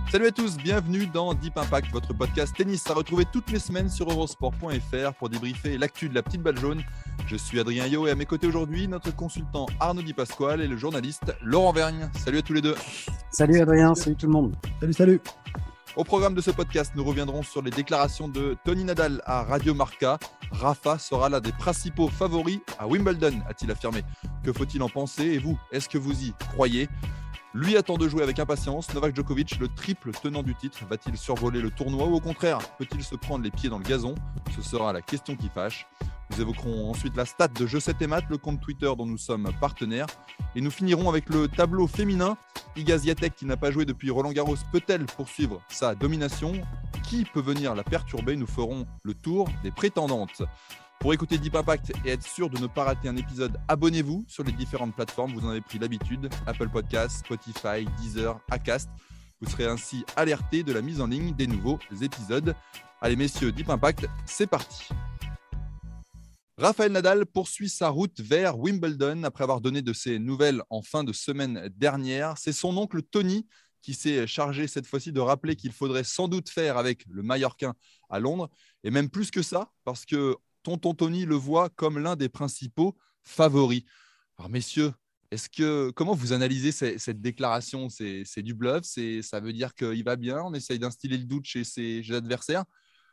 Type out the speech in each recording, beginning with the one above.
Salut à tous, bienvenue dans Deep Impact, votre podcast tennis à retrouver toutes les semaines sur eurosport.fr pour débriefer l'actu de la petite balle jaune. Je suis Adrien Yo et à mes côtés aujourd'hui, notre consultant Arnaud Di Pasquale et le journaliste Laurent Vergne. Salut à tous les deux. Salut Adrien, salut tout le monde. Salut. Au programme de ce podcast, nous reviendrons sur les déclarations de Tony Nadal à Radio Marca. Rafa sera l'un des principaux favoris à Wimbledon, a-t-il affirmé. Que faut-il en penser et vous, est-ce que vous y croyez ? Lui attend de jouer avec impatience. Novak Djokovic, le triple tenant du titre, va-t-il survoler le tournoi ou au contraire, peut-il se prendre les pieds dans le gazon ? Ce sera la question qui fâche. Nous évoquerons ensuite la stat de Je sais tes maths, le compte Twitter dont nous sommes partenaires. Et nous finirons avec le tableau féminin. Iga Swiatek, qui n'a pas joué depuis Roland-Garros, peut-elle poursuivre sa domination ? Qui peut venir la perturber ? Nous ferons le tour des prétendantes. Pour écouter Deep Impact et être sûr de ne pas rater un épisode, abonnez-vous sur les différentes plateformes. Vous en avez pris l'habitude, Apple Podcasts, Spotify, Deezer, Acast. Vous serez ainsi alerté de la mise en ligne des nouveaux épisodes. Allez messieurs, Deep Impact, c'est parti. Rafael Nadal poursuit sa route vers Wimbledon après avoir donné de ses nouvelles en fin de semaine dernière. C'est son oncle Tony qui s'est chargé cette fois-ci de rappeler qu'il faudrait sans doute faire avec le Mallorquin à Londres. Et même plus que ça, parce que tonton Tony le voit comme l'un des principaux favoris. Alors messieurs, comment vous analysez cette déclaration ? C'est du bluff, ça veut dire qu'il va bien, on essaye d'instiller le doute chez ses adversaires. Laurent ?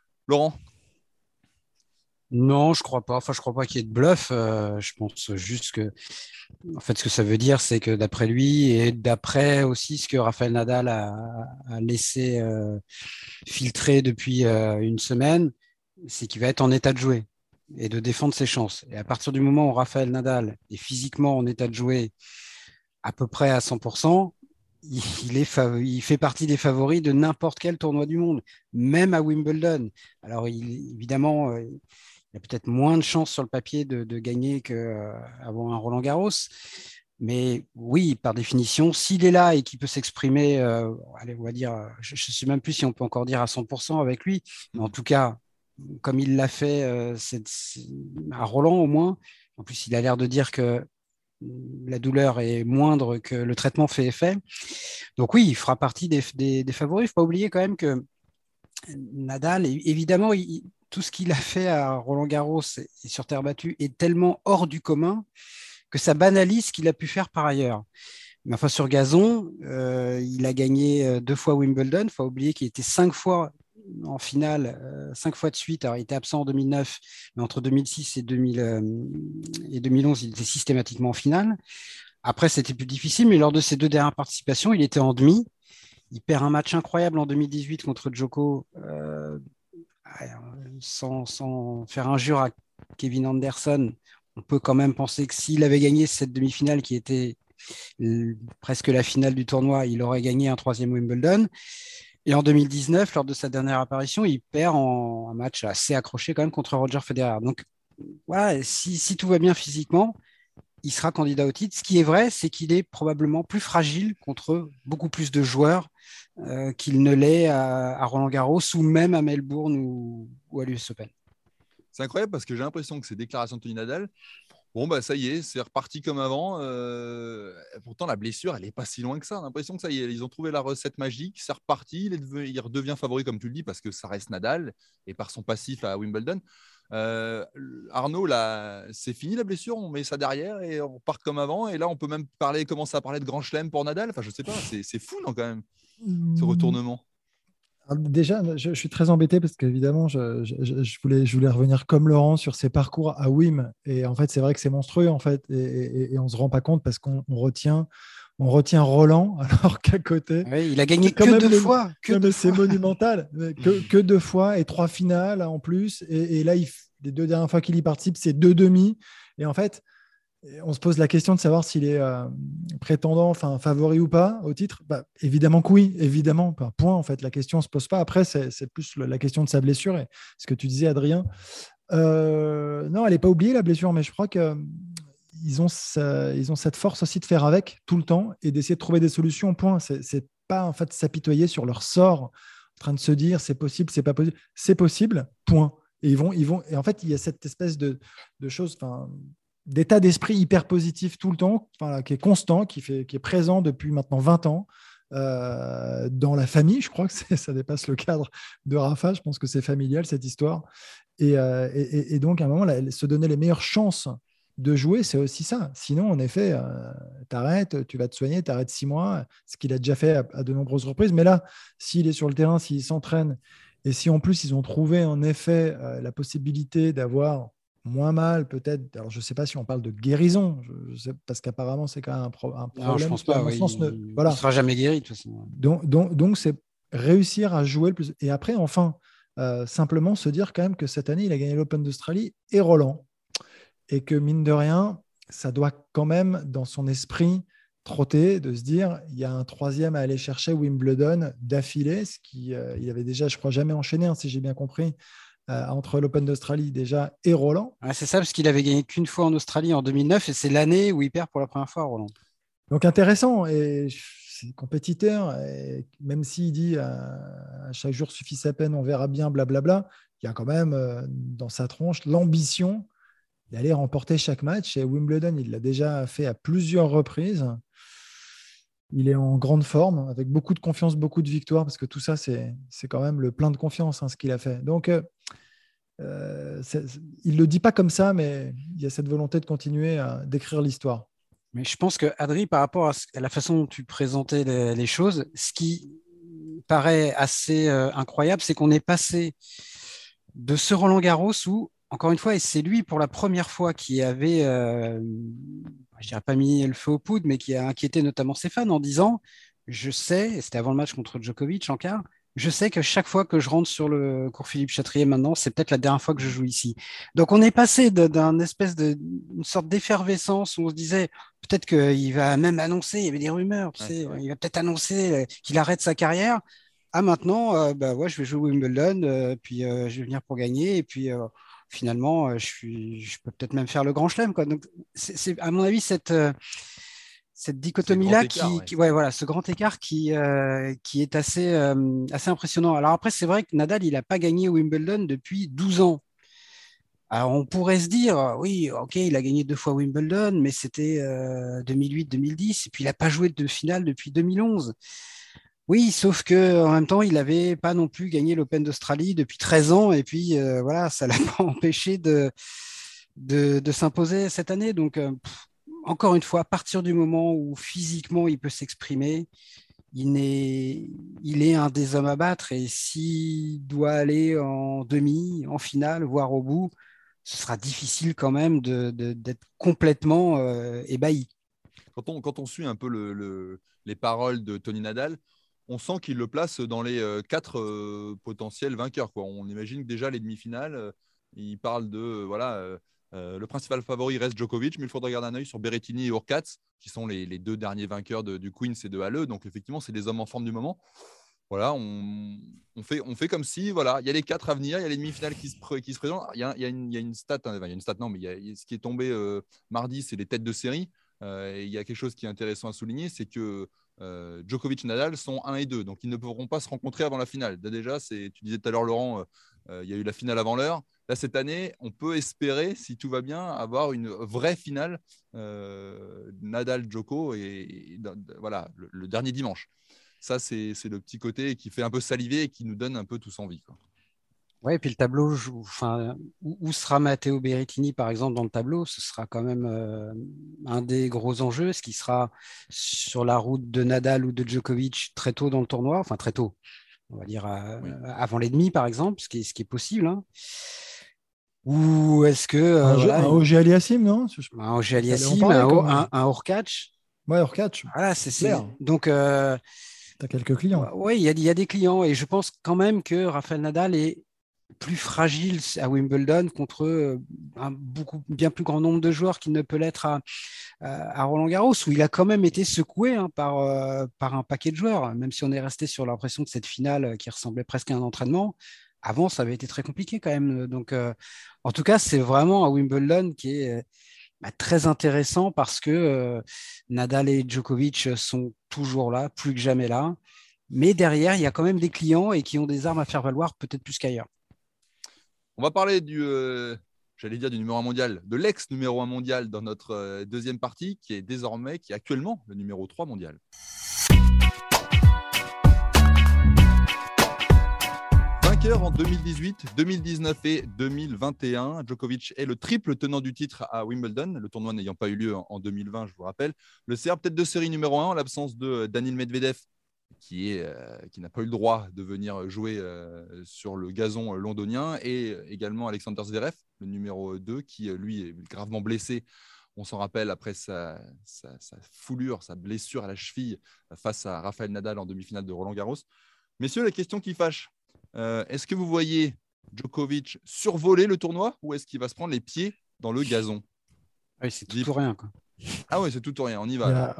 Non, je crois pas. Je crois pas qu'il y ait de bluff. Je pense juste que, en fait, ce que ça veut dire, c'est que d'après lui et d'après aussi ce que Rafael Nadal a laissé filtrer depuis une semaine, c'est qu'il va être en état de jouer et de défendre ses chances. Et à partir du moment où Rafael Nadal est physiquement en état de jouer à peu près à 100%, il fait partie des favoris de n'importe quel tournoi du monde, même à Wimbledon. Alors, évidemment, il y a peut-être moins de chances sur le papier de gagner qu'avant un Roland-Garros. Mais oui, par définition, s'il est là et qu'il peut s'exprimer, allez, on va dire, je ne sais même plus si on peut encore dire à 100% avec lui, mais en tout cas, comme il l'a fait à Roland au moins. En plus, il a l'air de dire que la douleur est moindre que le traitement fait effet. Donc oui, il fera partie des favoris. Il ne faut pas oublier quand même que Nadal, évidemment, tout ce qu'il a fait à Roland-Garros et sur terre battue est tellement hors du commun que ça banalise ce qu'il a pu faire par ailleurs. Mais enfin, sur gazon, il a gagné 2 fois Wimbledon. Il faut pas oublier qu'il était 5 fois en finale, 5 fois de suite. Alors, il était absent en 2009, mais entre 2006 et 2011, il était systématiquement en finale. Après, c'était plus difficile, mais lors de ses 2 dernières participations, il était en demi. Il perd un match incroyable en 2018 contre Djoko, sans faire injure à Kevin Anderson. On peut quand même penser que s'il avait gagné cette demi-finale qui était presque la finale du tournoi, il aurait gagné un 3e Wimbledon. Et en 2019, lors de sa dernière apparition, il perd un match assez accroché quand même contre Roger Federer. Donc voilà, si tout va bien physiquement, il sera candidat au titre. Ce qui est vrai, c'est qu'il est probablement plus fragile contre beaucoup plus de joueurs qu'il ne l'est à Roland-Garros ou même à Melbourne ou à l'US Open. C'est incroyable parce que j'ai l'impression que ces déclarations de Tony Nadal, ça y est, c'est reparti comme avant. Pourtant, la blessure, elle n'est pas si loin que ça. On a l'impression que ça y est, ils ont trouvé la recette magique, c'est reparti. Il redevient favori, comme tu le dis, parce que ça reste Nadal et par son passif à Wimbledon. Arnaud, là, c'est fini la blessure, on met ça derrière et on repart comme avant. Et là, on peut même commencer à parler de grand chelem pour Nadal. Enfin, je sais pas, c'est fou, non, quand même, ce retournement. Déjà, je suis très embêté parce qu'évidemment, je voulais revenir comme Laurent sur ses parcours à Wim. Et en fait, c'est vrai que c'est monstrueux, en fait. Et on ne se rend pas compte parce qu'on retient Roland, alors qu'à côté… Oui, il a gagné que 2 fois. C'est monumental. Que 2 fois et 3 finales en plus. Et là, les 2 dernières fois qu'il y participe, c'est 2 demi. Et en fait, on se pose la question de savoir s'il est prétendant, favori ou pas au titre. Évidemment que oui, évidemment. Point, en fait. La question ne se pose pas. Après, c'est plus la question de sa blessure et ce que tu disais, Adrien. Non, elle n'est pas oubliée, la blessure, mais je crois qu'ils ont cette force aussi de faire avec tout le temps et d'essayer de trouver des solutions. Point. C'est pas en fait s'apitoyer sur leur sort, en train de se dire c'est possible, c'est pas possible. C'est possible, point. Et ils vont. Et en fait, il y a cette espèce de chose, d'état d'esprit hyper positif tout le temps, qui est constant, qui est présent depuis maintenant 20 ans. dans la famille. Je crois que ça dépasse le cadre de Rafa. Je pense que c'est familial cette histoire. Et donc, à un moment, se donner les meilleures chances de jouer, c'est aussi ça. Sinon, en effet, t'arrêtes, tu vas te soigner, t'arrêtes 6 mois, ce qu'il a déjà fait à de nombreuses reprises. Mais là, s'il est sur le terrain, s'il s'entraîne, et si en plus ils ont trouvé en effet la possibilité d'avoir moins mal, peut-être, alors je ne sais pas si on parle de guérison, je sais, parce qu'apparemment c'est quand même un problème. Non, je pense qui, à pas. mon Oui. sens, Il voilà. ne sera jamais guéri de toute façon. Donc c'est réussir à jouer le plus. Et après, enfin, simplement se dire quand même que cette année, il a gagné l'Open d'Australie et Roland. Et que mine de rien, ça doit quand même, dans son esprit, trotter, de se dire, il y a un troisième à aller chercher, Wimbledon, d'affilée, ce qui, il avait déjà, je crois, jamais enchaîné, si j'ai bien compris, entre l'Open d'Australie déjà et Roland. Ouais, c'est ça, parce qu'il avait gagné qu'une fois en Australie en 2009, et c'est l'année où il perd pour la première fois à Roland. Donc intéressant, et c'est compétiteur, et même s'il dit à chaque jour suffit sa peine, on verra bien, blablabla, il y a quand même dans sa tronche l'ambition d'aller remporter chaque match. Et Wimbledon, il l'a déjà fait à plusieurs reprises. Il est en grande forme, avec beaucoup de confiance, beaucoup de victoires, parce que tout ça, c'est quand même le plein de confiance, ce qu'il a fait. Donc, il ne le dit pas comme ça, mais il y a cette volonté de continuer à d'écrire l'histoire. Mais je pense que, Adri, par rapport à la façon dont tu présentais les choses, ce qui paraît assez incroyable, c'est qu'on est passé de ce Roland-Garros où, encore une fois, et c'est lui pour la première fois qui avait, je dirais pas mis le feu aux poudres, mais qui a inquiété notamment ses fans en disant, je sais, et c'était avant le match contre Djokovic en quart, je sais que chaque fois que je rentre sur le cours Philippe Chatrier maintenant, c'est peut-être la dernière fois que je joue ici. Donc on est passé d'une espèce une sorte d'effervescence où on se disait peut-être qu'il va même annoncer, il y avait des rumeurs, tu sais, il va peut-être annoncer qu'il arrête sa carrière. Ah maintenant, je vais jouer Wimbledon, puis je vais venir pour gagner, et puis finalement, je peux peut-être même faire le Grand Chelem, quoi. Donc c'est à mon avis cette dichotomie-là ce grand écart qui est assez impressionnant. Alors après, c'est vrai que Nadal, il n'a pas gagné Wimbledon depuis 12 ans. Alors on pourrait se dire, oui, ok, il a gagné 2 fois Wimbledon, mais c'était 2008-2010, et puis il n'a pas joué de finale depuis 2011. Oui, sauf que en même temps, il n'avait pas non plus gagné l'Open d'Australie depuis 13 ans, et puis voilà, ça ne l'a pas empêché de s'imposer cette année. Donc, encore une fois, à partir du moment où physiquement il peut s'exprimer, il est un des hommes à battre, et s'il doit aller en demi, en finale, voire au bout, ce sera difficile quand même d'être complètement ébahi. Quand on suit un peu les paroles de Tony Nadal, on sent qu'il le place dans les 4 potentiels vainqueurs, quoi. On imagine que déjà les demi-finales, il parle de le principal favori reste Djokovic, mais il faudra garder un œil sur Berrettini et Hurkacz, qui sont les 2 derniers vainqueurs du Queens et de Halle. Donc effectivement, c'est des hommes en forme du moment. Voilà, on fait comme si, voilà, il y a les 4 à venir, il y a les demi-finales qui se présentent. Il y a une stat, hein, il y a une stat, non, mais ce qui est tombé mardi, c'est les têtes de série. Et il y a quelque chose qui est intéressant à souligner, c'est que Djokovic et Nadal sont 1 et 2, donc ils ne pourront pas se rencontrer avant la finale. Déjà, tu disais tout à l'heure, Laurent, il y a eu la finale avant l'heure. Là, cette année, on peut espérer, si tout va bien, avoir une vraie finale Nadal-Djoko et voilà, le dernier dimanche. Ça, c'est le petit côté qui fait un peu saliver et qui nous donne un peu tous envie, quoi. Oui, et puis le tableau, où sera Matteo Berrettini, par exemple, dans le tableau, ce sera quand même un des gros enjeux, ce qui sera sur la route de Nadal ou de Djokovic très tôt dans le tournoi, enfin très tôt, on va dire avant les demi, par exemple, ce qui est possible, hein. Ou est-ce que un Auger Aliassime, non? Un Auger Aliassime, un Hurkacz. Ouais, Hurkacz. Voilà, c'est clair. Donc, tu as quelques clients. Oui, il y a des clients, et je pense quand même que Rafael Nadal est plus fragile à Wimbledon contre un bien plus grand nombre de joueurs qu'il ne peut l'être à Roland-Garros, où il a quand même été secoué, hein, par un paquet de joueurs, même si on est resté sur l'impression de cette finale qui ressemblait presque à un entraînement. Avant, ça avait été très compliqué quand même. Donc, en tout cas, c'est vraiment à Wimbledon qui est très intéressant, parce que Nadal et Djokovic sont toujours là, plus que jamais là. Mais derrière, il y a quand même des clients et qui ont des armes à faire valoir, peut-être plus qu'ailleurs. On va parler du numéro 1 mondial, de l'ex-numéro 1 mondial dans notre deuxième partie, qui est actuellement le numéro 3 mondial. vainqueur en 2018, 2019 et 2021. Djokovic est le triple tenant du titre à Wimbledon, le tournoi n'ayant pas eu lieu en 2020, je vous rappelle. Le Serbe, tête de série numéro 1, en l'absence de Daniil Medvedev, qui n'a pas eu le droit de venir jouer sur le gazon londonien, et également Alexander Zverev, le numéro 2, qui lui est gravement blessé. On s'en rappelle après sa foulure, sa blessure à la cheville face à Rafael Nadal en demi-finale de Roland-Garros. Messieurs, la question qui fâche, est-ce que vous voyez Djokovic survoler le tournoi ou est-ce qu'il va se prendre les pieds dans le gazon? Oui, c'est tout ou rien, quoi. Ah oui, c'est tout ou rien, on y va.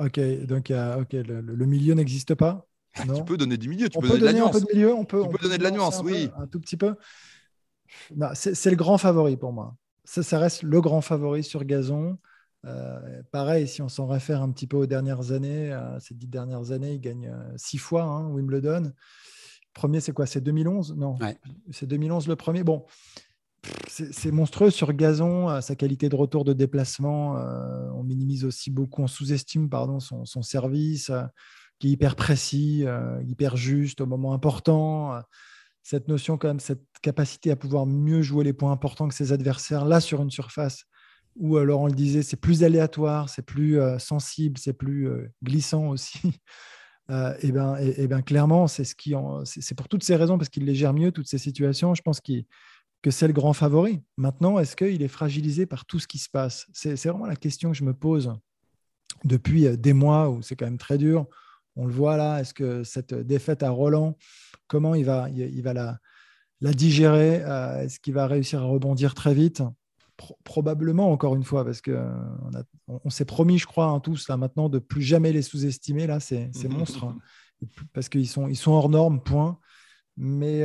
Le milieu n'existe pas. Non. Tu peux donner du milieu, tu on peux peut donner de la un nuance. peu de milieu, on peut donner de la nuance, oui. Un tout petit peu. Non, c'est le grand favori pour moi. Ça reste le grand favori sur gazon. Pareil, si on s'en réfère un petit peu aux dernières années, ces 10 dernières années, il gagne 6 fois Wimbledon. Le premier, c'est quoi? C'est 2011? Non, ouais. C'est 2011 le premier. Bon, c'est monstrueux sur gazon, sa qualité de retour de déplacement. On minimise aussi beaucoup, on sous-estime son service, qui est hyper précis, hyper juste au moment important. Cette notion, quand même, cette capacité à pouvoir mieux jouer les points importants que ses adversaires, là, sur une surface où, Laurent le disait, c'est plus aléatoire, c'est plus sensible, c'est plus glissant aussi. Et ben, clairement, c'est pour toutes ces raisons, parce qu'il les gère mieux, toutes ces situations, je pense que c'est le grand favori. Maintenant, est-ce qu'il est fragilisé par tout ce qui se passe? C'est vraiment la question que je me pose depuis des mois, où c'est quand même très dur. On le voit là, est-ce que cette défaite à Roland, comment il va la digérer? Est-ce qu'il va réussir à rebondir très vite? Probablement, encore une fois, parce qu'on s'est promis, je crois, tous là maintenant, de plus jamais les sous-estimer, là, ces monstres, parce qu'ils sont hors normes, point. Mais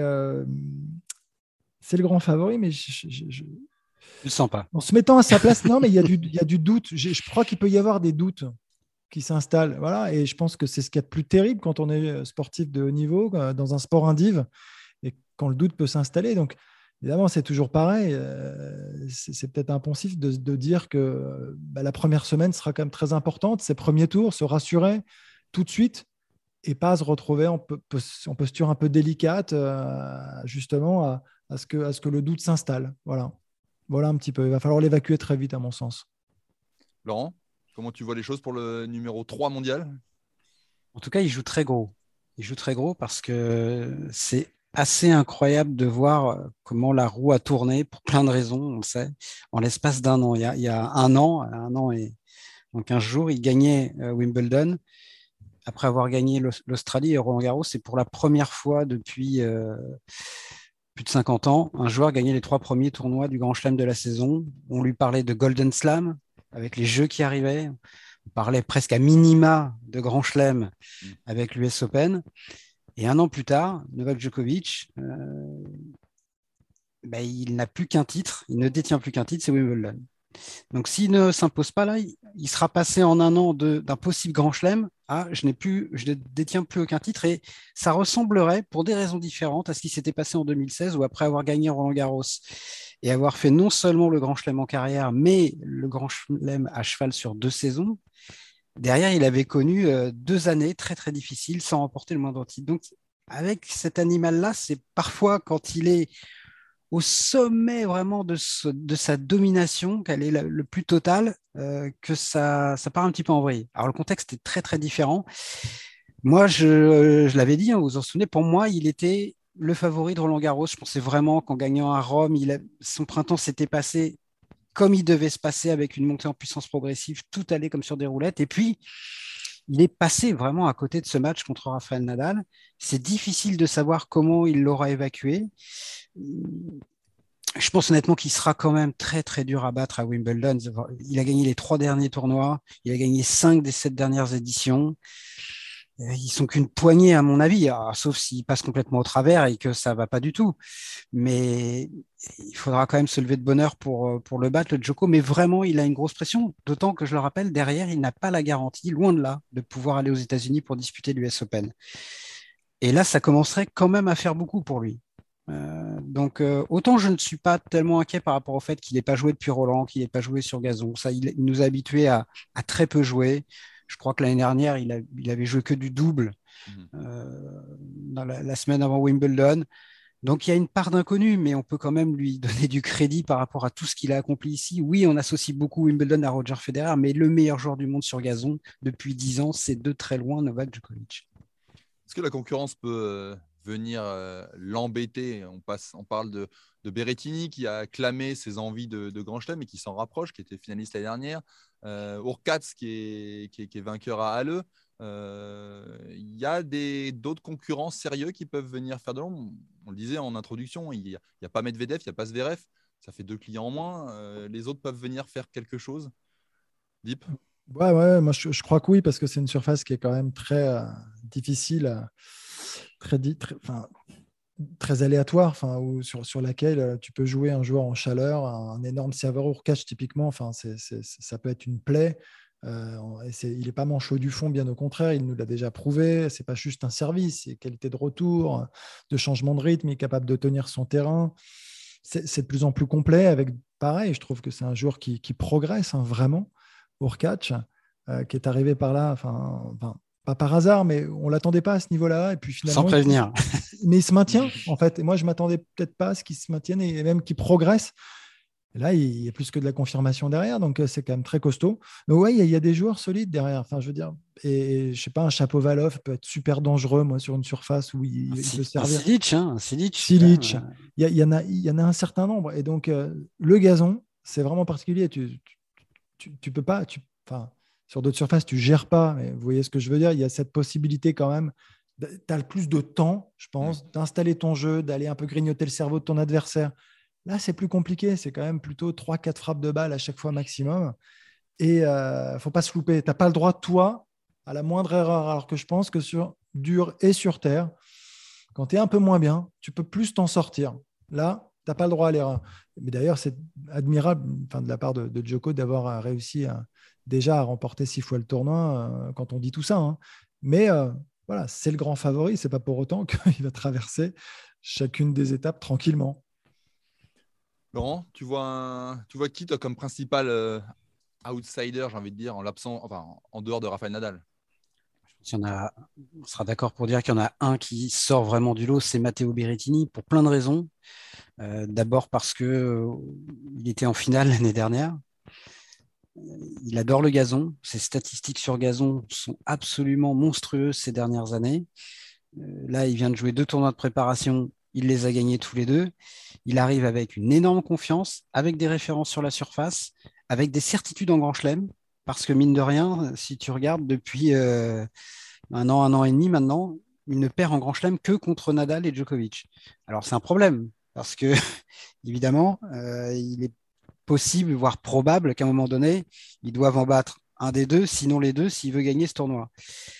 c'est le grand favori, mais je le sens pas. En se mettant à sa place, non, mais il y a du doute. Je crois qu'il peut y avoir des doutes qui s'installent. Voilà, et je pense que c'est ce qu'il y a de plus terrible quand on est sportif de haut niveau, dans un sport indiv, et quand le doute peut s'installer. Donc, évidemment, c'est toujours pareil. C'est peut-être impensif de dire que la première semaine sera quand même très importante, ses premiers tours, se rassurer tout de suite et pas se retrouver en posture un peu délicate, justement, à ce que le doute s'installe. Voilà un petit peu. Il va falloir l'évacuer très vite, à mon sens. Laurent, comment tu vois les choses pour le numéro 3 mondial? En tout cas, il joue très gros. Il joue très gros parce que c'est assez incroyable de voir comment la roue a tourné pour plein de raisons, on le sait, en l'espace d'un an. Il y a un an et en 15 jours, il gagnait Wimbledon. Après avoir gagné l'Australie et Roland-Garros, c'est pour la première fois depuis plus de 50 ans, un joueur gagnait les 3 premiers tournois du Grand Chelem de la saison. On lui parlait de Golden Slam, avec les jeux qui arrivaient. On parlait presque à minima de Grand Chelem avec l'US Open. Et un an plus tard, Novak Djokovic, il n'a plus qu'un titre, il ne détient plus qu'un titre, c'est Wimbledon. Donc s'il ne s'impose pas là, il sera passé en un an d'un possible Grand Chelem à je ne détiens plus aucun titre, et ça ressemblerait, pour des raisons différentes, à ce qui s'était passé en 2016, où après avoir gagné Roland-Garros et avoir fait non seulement le Grand Chelem en carrière, mais le Grand Chelem à cheval sur 2 saisons, derrière, il avait connu 2 années très, très difficiles sans remporter le moindre titre. Donc, avec cet animal-là, c'est parfois quand il est au sommet vraiment de sa domination, qu'elle est le plus totale, que ça part un petit peu en vrille. Alors, le contexte est très, très différent. Moi, je l'avais dit, vous vous en souvenez, pour moi, il était le favori de Roland-Garros. Je pensais vraiment qu'en gagnant à Rome, son printemps s'était passé comme il devait se passer, avec une montée en puissance progressive, tout allait comme sur des roulettes. Et puis, il est passé vraiment à côté de ce match contre Rafael Nadal. C'est difficile de savoir comment il l'aura évacué. Je pense honnêtement qu'il sera quand même très, très dur à battre à Wimbledon. Il a gagné les 3 derniers tournois. Il a gagné 5 des 7 dernières éditions. Ils sont qu'une poignée, à mon avis, sauf s'il passe complètement au travers et que ça va pas du tout. Mais il faudra quand même se lever de bonne heure pour le battre, le Djoko. Mais vraiment, il a une grosse pression. D'autant que, je le rappelle, derrière, il n'a pas la garantie, loin de là, de pouvoir aller aux États-Unis pour disputer l'US Open. Et là, ça commencerait quand même à faire beaucoup pour lui. Donc, autant je ne suis pas tellement inquiet par rapport au fait qu'il n'ait pas joué depuis Roland, qu'il n'ait pas joué sur gazon. Ça, il nous a habitués à très peu jouer. Je crois que l'année dernière, il avait joué que du double dans la semaine avant Wimbledon. Donc, il y a une part d'inconnu, mais on peut quand même lui donner du crédit par rapport à tout ce qu'il a accompli ici. Oui, on associe beaucoup Wimbledon à Roger Federer, mais le meilleur joueur du monde sur gazon depuis 10 ans, c'est de très loin Novak Djokovic. Est-ce que la concurrence peut venir l'embêter? On parle de Berrettini qui a clamé ses envies de Grand Chelem et qui s'en rapproche, qui était finaliste l'année dernière. Hurkacz qui est vainqueur à Halle. Il y a d'autres concurrents sérieux qui peuvent venir faire de l'ombre. On le disait en introduction, il n'y a pas Medvedev, il n'y a pas Zverev. Ça fait 2 clients en moins. Les autres peuvent venir faire quelque chose. Deep. Ouais, moi je crois que oui, parce que c'est une surface qui est quand même très difficile, très aléatoire, sur laquelle tu peux jouer un joueur en chaleur, un énorme serveur au catch typiquement. Ça peut être une plaie. Il n'est pas manchot du fond, bien au contraire, il nous l'a déjà prouvé. C'est pas juste un service, c'est qualité de retour, de changement de rythme, il est capable de tenir son terrain. C'est de plus en plus complet. Avec pareil, je trouve que c'est un joueur qui progresse vraiment. Hurkacz, qui est arrivé par là, pas par hasard, mais on ne l'attendait pas à ce niveau-là. Et puis finalement, sans prévenir. Mais il se maintient, en fait. Et moi, je ne m'attendais peut-être pas à ce qu'il se maintienne et même qu'il progresse. Et là, il y a plus que de la confirmation derrière, donc c'est quand même très costaud. Donc ouais, il y a des joueurs solides derrière. Enfin, je veux dire, et je sais pas, un Shapovalov peut être super dangereux, moi, sur une surface où il peut servir. Un Cilic. Cilic. Il y en a un certain nombre. Et donc, le gazon, c'est vraiment particulier. Tu peux pas, sur d'autres surfaces, tu gères pas. Mais vous voyez ce que je veux dire? Il y a cette possibilité quand même. Tu as le plus de temps, je pense, d'installer ton jeu, d'aller un peu grignoter le cerveau de ton adversaire. Là, c'est plus compliqué. C'est quand même plutôt 3-4 frappes de balle à chaque fois maximum. Et il ne faut pas se louper. Tu n'as pas le droit, toi, à la moindre erreur. Alors que je pense que sur dur et sur terre, quand tu es un peu moins bien, tu peux plus t'en sortir. Là, tu n'as pas le droit à l'erreur. Mais d'ailleurs, c'est admirable de la part de Djoko d'avoir réussi déjà à remporter 6 fois le tournoi quand on dit tout ça. Hein. Mais voilà, c'est le grand favori. Ce n'est pas pour autant qu'il va traverser chacune des étapes tranquillement. Laurent, tu vois qui, toi, comme principal outsider, j'ai envie de dire, en dehors de Rafael Nadal? On sera d'accord pour dire qu'il y en a un qui sort vraiment du lot, c'est Matteo Berrettini, pour plein de raisons. D'abord parce qu'il était en finale l'année dernière. Il adore le gazon. Ses statistiques sur gazon sont absolument monstrueuses ces dernières années. Là, il vient de jouer 2 tournois de préparation. Il les a gagnés tous les 2. Il arrive avec une énorme confiance, avec des références sur la surface, avec des certitudes en Grand Chelem. Parce que mine de rien, si tu regardes depuis un an et demi maintenant, il ne perd en Grand Chelem que contre Nadal et Djokovic. Alors c'est un problème, parce que évidemment, il est possible, voire probable qu'à un moment donné, ils doivent en battre un des deux, sinon les deux, s'il veut gagner ce tournoi.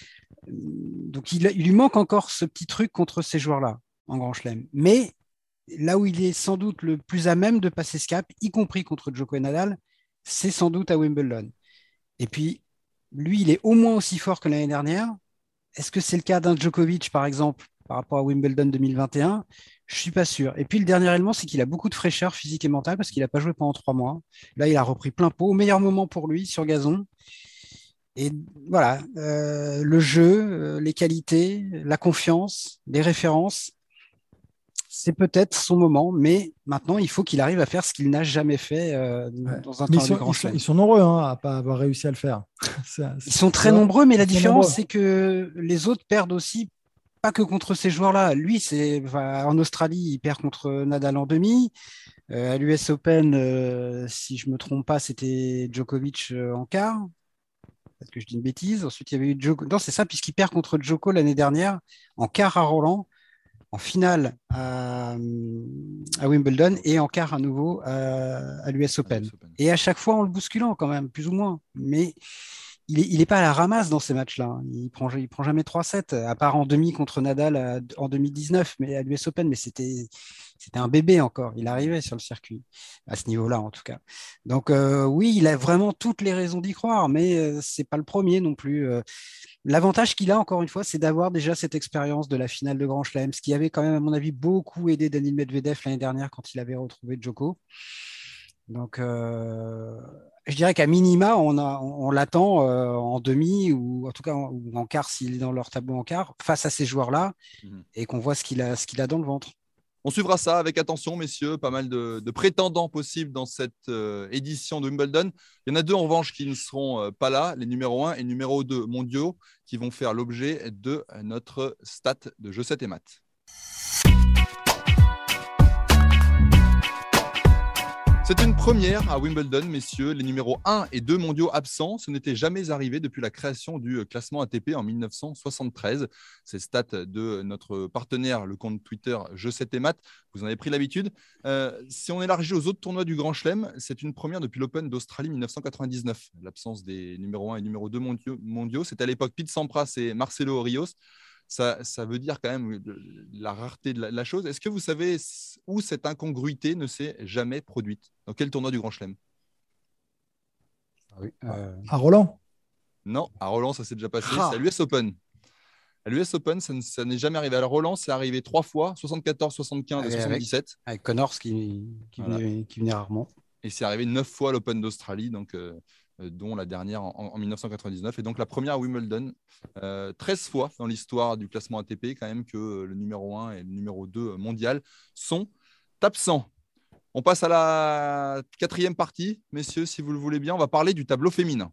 Donc il lui manque encore ce petit truc contre ces joueurs-là en Grand Chelem. Mais là où il est sans doute le plus à même de passer ce cap, y compris contre Djoko et Nadal, c'est sans doute à Wimbledon. Et puis, lui, il est au moins aussi fort que l'année dernière. Est-ce que c'est le cas d'un Djokovic, par exemple, par rapport à Wimbledon 2021? Je ne suis pas sûr. Et puis, le dernier élément, c'est qu'il a beaucoup de fraîcheur physique et mentale parce qu'il n'a pas joué pendant 3 mois. Là, il a repris plein pot, au meilleur moment pour lui, sur gazon. Et voilà, le jeu, les qualités, la confiance, les références, c'est peut-être son moment, mais maintenant, il faut qu'il arrive à faire ce qu'il n'a jamais fait dans un tournoi de Grand Chelem. Ils sont nombreux à ne pas avoir réussi à le faire. Ils sont très nombreux, mais la différence, c'est que les autres perdent aussi, pas que contre ces joueurs-là. Lui, en Australie, il perd contre Nadal en demi. À l'US Open, si je ne me trompe pas, c'était Djokovic en quart. Peut-être que je dis une bêtise. Ensuite, il y avait eu Djoko. Non, c'est ça, puisqu'il perd contre Djoko l'année dernière, en quart à Roland, en finale à Wimbledon et en quart à nouveau à l'US Open. Et à chaque fois en le bousculant quand même, plus ou moins. Mais il n'est pas à la ramasse dans ces matchs-là. Il prend jamais 3-7, à part en demi contre Nadal en 2019, mais à l'US Open, mais c'était un bébé encore. Il arrivait sur le circuit, à ce niveau-là en tout cas. Donc oui, il a vraiment toutes les raisons d'y croire, mais ce n'est pas le premier non plus. L'avantage qu'il a, encore une fois, c'est d'avoir déjà cette expérience de la finale de Grand Chelem, ce qui avait quand même, à mon avis, beaucoup aidé Daniil Medvedev l'année dernière quand il avait retrouvé Djoko. Donc, je dirais qu'à minima, on l'attend en demi ou en tout cas ou en quart s'il est dans leur tableau en quart face à ces joueurs-là et qu'on voit ce qu'il a dans le ventre. On suivra ça avec attention, messieurs. Pas mal de prétendants possibles dans cette édition de Wimbledon. Il y en a deux, en revanche, qui ne seront pas là, les numéro 1 et numéro 2 mondiaux, qui vont faire l'objet de notre stat de Jeux 7 et maths. C'est une première à Wimbledon, messieurs. Les numéros 1 et 2 mondiaux absents, ce n'était jamais arrivé depuis la création du classement ATP en 1973. C'est stat de notre partenaire, le compte Twitter Jeux 7 et maths. Vous en avez pris l'habitude. Si on élargit aux autres tournois du Grand Chelem, c'est une première depuis l'Open d'Australie 1999. L'absence des numéros 1 et numéro 2 mondiaux, c'était à l'époque Pete Sampras et Marcelo Rios. Ça veut dire quand même la rareté de la chose. Est-ce que vous savez où cette incongruité ne s'est jamais produite? Dans quel tournoi du Grand Chelem? À Roland? Non, à Roland, ça s'est déjà passé. C'est à l'US Open. À l'US Open, ça n'est jamais arrivé. À Roland, c'est arrivé 3 fois, 74, 75 et 77. Avec Connors qui venait rarement. Et c'est arrivé 9 fois à l'Open d'Australie, donc, dont la dernière en 1999. Et donc la première à Wimbledon, 13 fois dans l'histoire du classement ATP, quand même, que le numéro 1 et le numéro 2 mondial sont absents. On passe à la 4e partie, messieurs, si vous le voulez bien. On va parler du tableau féminin.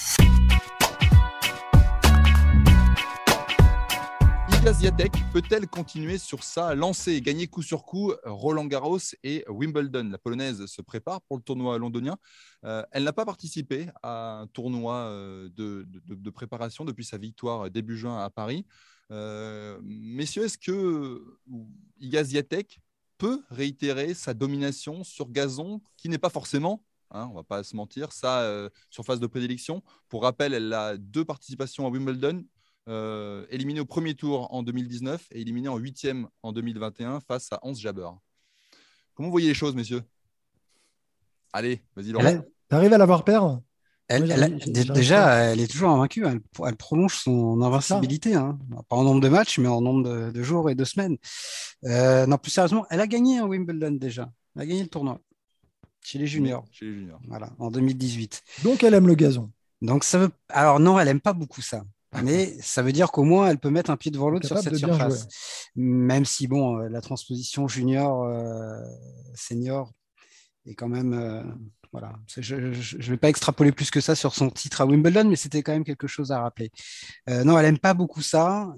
Iga Swiatek peut-elle continuer sur sa lancée et gagner coup sur coup Roland-Garros et Wimbledon? La Polonaise se prépare pour le tournoi londonien. Elle n'a pas participé à un tournoi de préparation depuis sa victoire début juin à Paris. Messieurs, est-ce que Iga Swiatek peut réitérer sa domination sur gazon, qui n'est pas forcément, on ne va pas se mentir, sa surface de prédilection? Pour rappel, elle a 2 participations à Wimbledon, éliminée au premier tour en 2019 et éliminée en 8e en 2021 face à Hans Jabeur. Comment vous voyez les choses, messieurs? Allez, vas-y, Laurent. T'arrives à la voir perdre? Déjà, elle est toujours invaincue. Elle prolonge son invincibilité. Pas en nombre de matchs, mais en nombre de jours et de semaines. Non, plus sérieusement, elle a gagné un Wimbledon déjà. Elle a gagné le tournoi chez les juniors. Voilà, en 2018. Donc, elle aime le gazon. Donc, ça veut... Alors non, elle n'aime pas beaucoup ça. Mais ça veut dire qu'au moins, elle peut mettre un pied devant l'autre sur cette surface. Même si, la transposition junior-senior est quand même... Voilà. Je ne vais pas extrapoler plus que ça sur son titre à Wimbledon, mais c'était quand même quelque chose à rappeler. Non, elle n'aime pas beaucoup ça.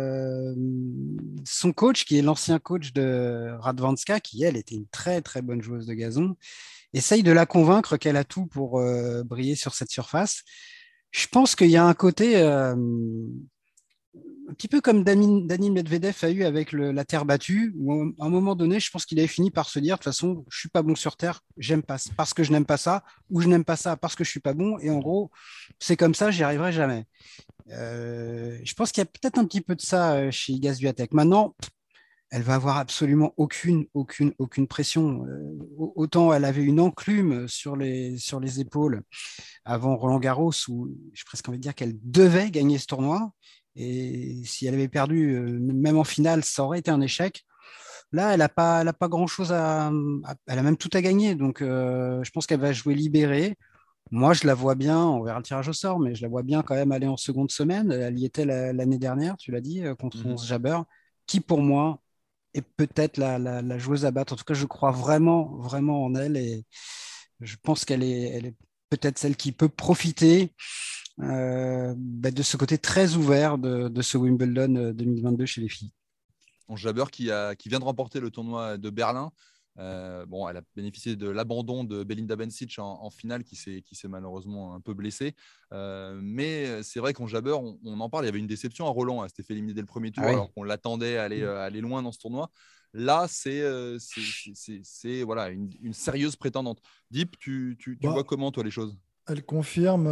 Son coach, qui est l'ancien coach de Radwanska, qui, elle, était une très, très bonne joueuse de gazon, essaye de la convaincre qu'elle a tout pour briller sur cette surface. Je pense qu'il y a un côté un petit peu comme Daniil Medvedev a eu avec la terre battue, où à un moment donné, je pense qu'il avait fini par se dire, de toute façon, je ne suis pas bon sur terre, j'aime pas parce que je n'aime pas ça, ou je n'aime pas ça parce que je ne suis pas bon, et en gros, c'est comme ça, j'y arriverai jamais. Je pense qu'il y a peut-être un petit peu de ça chez Iga Swiatek. Maintenant, elle va avoir absolument aucune pression. Autant elle avait une enclume sur les épaules avant Roland-Garros, où j'ai presque envie de dire qu'elle devait gagner ce tournoi. Et si elle avait perdu, même en finale, ça aurait été un échec. Là, elle n'a pas grand-chose elle a même tout à gagner. Donc, je pense qu'elle va jouer libérée. Moi, je la vois bien, on verra le tirage au sort, mais je la vois bien quand même aller en seconde semaine. Elle y était l'année dernière, tu l'as dit, contre Ons Jabeur, qui pour moi est peut-être la joueuse à battre. En tout cas, je crois vraiment, vraiment en elle. Et je pense qu'elle est peut-être celle qui peut profiter de ce côté très ouvert de ce Wimbledon 2022 chez les filles. Ons Jabeur qui vient de remporter le tournoi de Berlin. Elle a bénéficié de l'abandon de Belinda Bencic en finale, qui s'est malheureusement un peu blessée. Mais c'est vrai qu'Ons Jabeur, on en parle, il y avait une déception à Roland. Elle s'était fait éliminer dès le premier tour, alors qu'on l'attendait à aller loin dans ce tournoi. Là, c'est voilà, une sérieuse prétendante. Deep, tu vois comment, toi, les choses? Elle confirme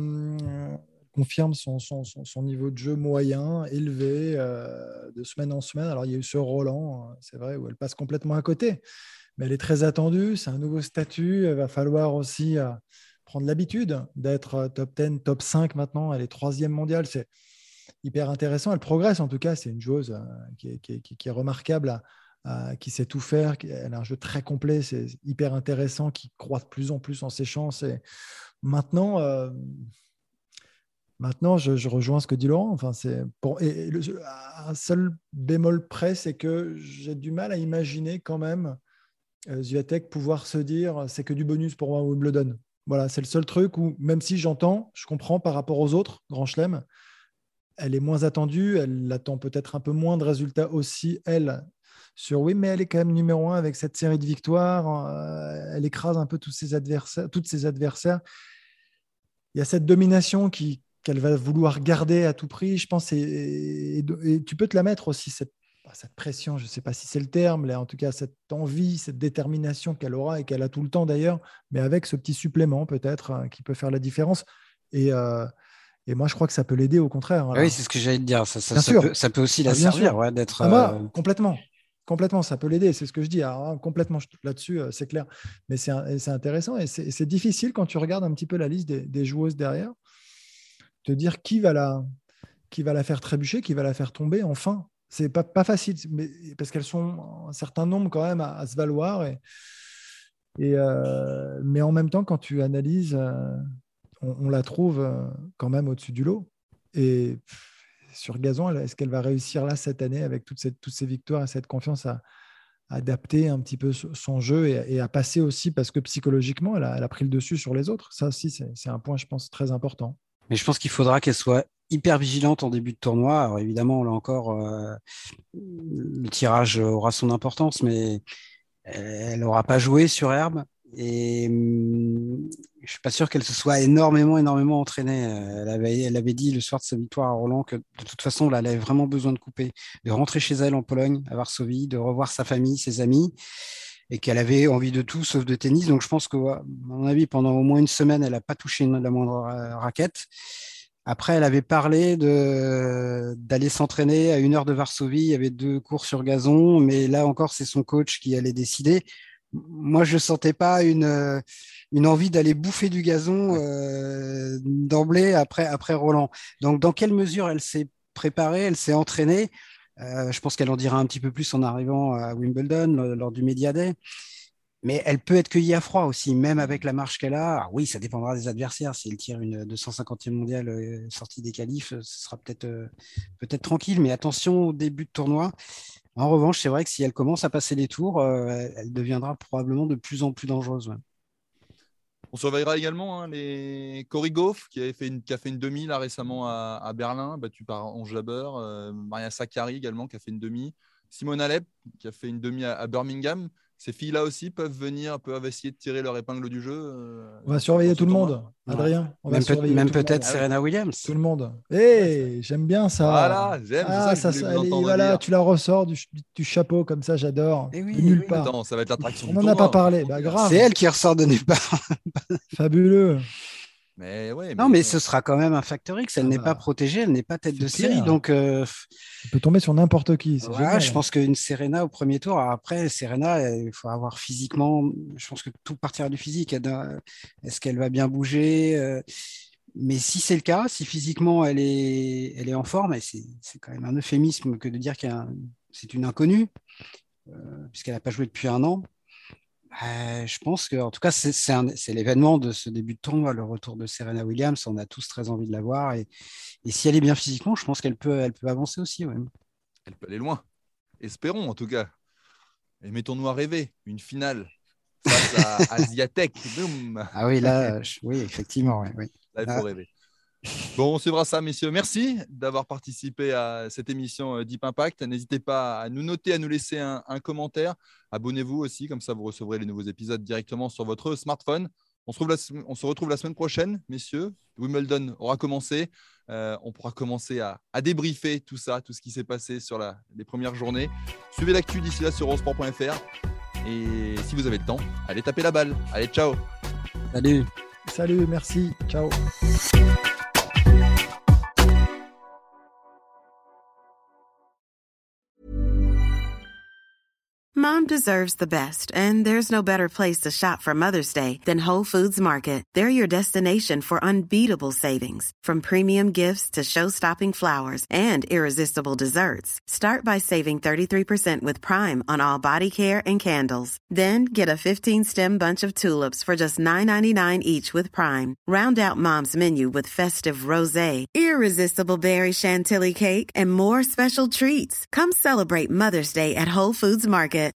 son niveau de jeu moyen, élevé, de semaine en semaine. Alors, il y a eu ce Roland, c'est vrai, où elle passe complètement à côté. Mais elle est très attendue, c'est un nouveau statut. Il va falloir aussi prendre l'habitude d'être top 10, top 5 maintenant. Elle est 3e mondiale, c'est hyper intéressant. Elle progresse, en tout cas, c'est une joueuse qui est remarquable, qui sait tout faire. Elle a un jeu très complet, c'est hyper intéressant, qui croît de plus en plus en ses chances. Et maintenant, Maintenant, je rejoins ce que dit Laurent. Enfin, un seul bémol près, c'est que j'ai du mal à imaginer quand même Swiatek pouvoir se dire c'est que du bonus pour moi à Wimbledon. Voilà, c'est le seul truc où, même si je comprends par rapport aux autres Grand Chelem, elle est moins attendue, elle attend peut-être un peu moins de résultats aussi, elle, sur oui, mais elle est quand même numéro 1 avec cette série de victoires. Elle écrase un peu tous ses adversaires. Il y a cette domination qu'elle va vouloir garder à tout prix, je pense, et tu peux te la mettre aussi, cette pression, je ne sais pas si c'est le terme, là, en tout cas cette envie, cette détermination qu'elle aura et qu'elle a tout le temps d'ailleurs, mais avec ce petit supplément peut-être qui peut faire la différence. Et moi, je crois que ça peut l'aider au contraire. Ah Voilà. oui, c'est ce que j'allais te dire. Bien sûr. Ça peut aussi la Bien servir, sûr. ouais, d'être. Complètement. Complètement, ça peut l'aider, c'est ce que je dis. Alors, complètement là-dessus, c'est clair. Mais c'est intéressant et c'est difficile quand tu regardes un petit peu la liste des joueuses derrière, te dire qui va la faire trébucher, qui va la faire tomber enfin. C'est pas facile, parce qu'elles sont un certain nombre quand même à se valoir. Mais en même temps, quand tu analyses, on la trouve quand même au-dessus du lot. Et sur gazon, est-ce qu'elle va réussir là cette année avec toutes ces victoires et cette confiance à adapter un petit peu son jeu et à passer aussi, parce que psychologiquement, elle a pris le dessus sur les autres. Ça aussi, c'est un point, je pense, très important. Mais je pense qu'il faudra qu'elle soit hyper vigilante en début de tournoi. Alors évidemment, là encore, le tirage aura son importance, mais elle n'aura pas joué sur herbe. Et je suis pas sûr qu'elle se soit énormément entraînée. Elle avait dit le soir de sa victoire à Roland que de toute façon, là, elle avait vraiment besoin de couper, de rentrer chez elle en Pologne, à Varsovie, de revoir sa famille, ses amis, et qu'elle avait envie de tout sauf de tennis. Donc je pense que, à mon avis, pendant au moins une semaine, elle n'a pas touché la moindre raquette. Après, elle avait parlé d'aller s'entraîner à 1 heure de Varsovie. Il y avait 2 cours sur gazon, mais là encore, c'est son coach qui allait décider. Moi, je ne sentais pas une envie d'aller bouffer du gazon d'emblée après Roland. Donc, dans quelle mesure elle s'est préparée, elle s'est entraînée? Je pense qu'elle en dira un petit peu plus en arrivant à Wimbledon lors du Media Day. Mais elle peut être cueillie à froid aussi, même avec la marche qu'elle a. Alors oui, ça dépendra des adversaires. Si elle tire une 250e mondiale sortie des qualifs, ce sera peut-être tranquille. Mais attention au début de tournoi. En revanche, c'est vrai que si elle commence à passer les tours, elle deviendra probablement de plus en plus dangereuse. Ouais. On surveillera également les Cory Gauff qui a fait une demi là récemment à Berlin, battue par Ons Jabeur. Maria Sakkari également qui a fait une demi. Simone Alep qui a fait une demi à Birmingham. Ces filles-là aussi peuvent essayer de tirer leur épingle du jeu. On va surveiller tout le monde, Adrien. On va surveiller même tout le peut-être monde. Serena Williams. Tout le monde. J'aime bien ça. Voilà, j'aime ça. Voilà, tu la ressors du chapeau comme ça, j'adore. De nulle part. Attends, ça va être l'attraction. On n'en a pas parlé. Grave. C'est elle qui ressort de nulle part. Fabuleux. Mais ce sera quand même un facteur X. Elle n'est pas protégée, elle n'est pas tête de série. Donc, elle peut tomber sur n'importe qui. Génial. Je pense qu'une Serena au premier tour, après, Serena, il faut avoir physiquement, je pense que tout partira du physique. Est-ce qu'elle va bien bouger mais si c'est le cas, si physiquement elle est en forme, et c'est quand même un euphémisme que de dire c'est une inconnue, puisqu'elle n'a pas joué depuis 1 an. Je pense que, en tout cas, c'est l'événement de ce début de tournoi, le retour de Serena Williams. On a tous très envie de la voir. Et si elle est bien physiquement, je pense qu'elle peut avancer aussi. Ouais. Elle peut aller loin. Espérons, en tout cas. Et mettons-nous à rêver. Une finale face à Swiatek. Boum. Ah oui, là, oui, effectivement. Oui. Là, il faut rêver. Bon, on suivra ça, messieurs. Merci d'avoir participé à cette émission Deep Impact. N'hésitez pas à nous noter, à nous laisser un commentaire. Abonnez-vous aussi, comme ça vous recevrez les nouveaux épisodes directement sur votre smartphone. On se retrouve la semaine prochaine, messieurs. Wimbledon aura commencé. On pourra commencer à débriefer tout ça, tout ce qui s'est passé sur les premières journées. Suivez l'actu d'ici là sur eurosport.fr. Et si vous avez le temps, allez taper la balle. Allez, ciao. Salut, merci. Ciao. Mom deserves the best, and there's no better place to shop for Mother's Day than Whole Foods Market. They're your destination for unbeatable savings, from premium gifts to show-stopping flowers and irresistible desserts. Start by saving 33% with Prime on all body care and candles. Then get a 15-stem bunch of tulips for just $9.99 each with Prime. Round out Mom's menu with festive rosé, irresistible berry chantilly cake, and more special treats. Come celebrate Mother's Day at Whole Foods Market.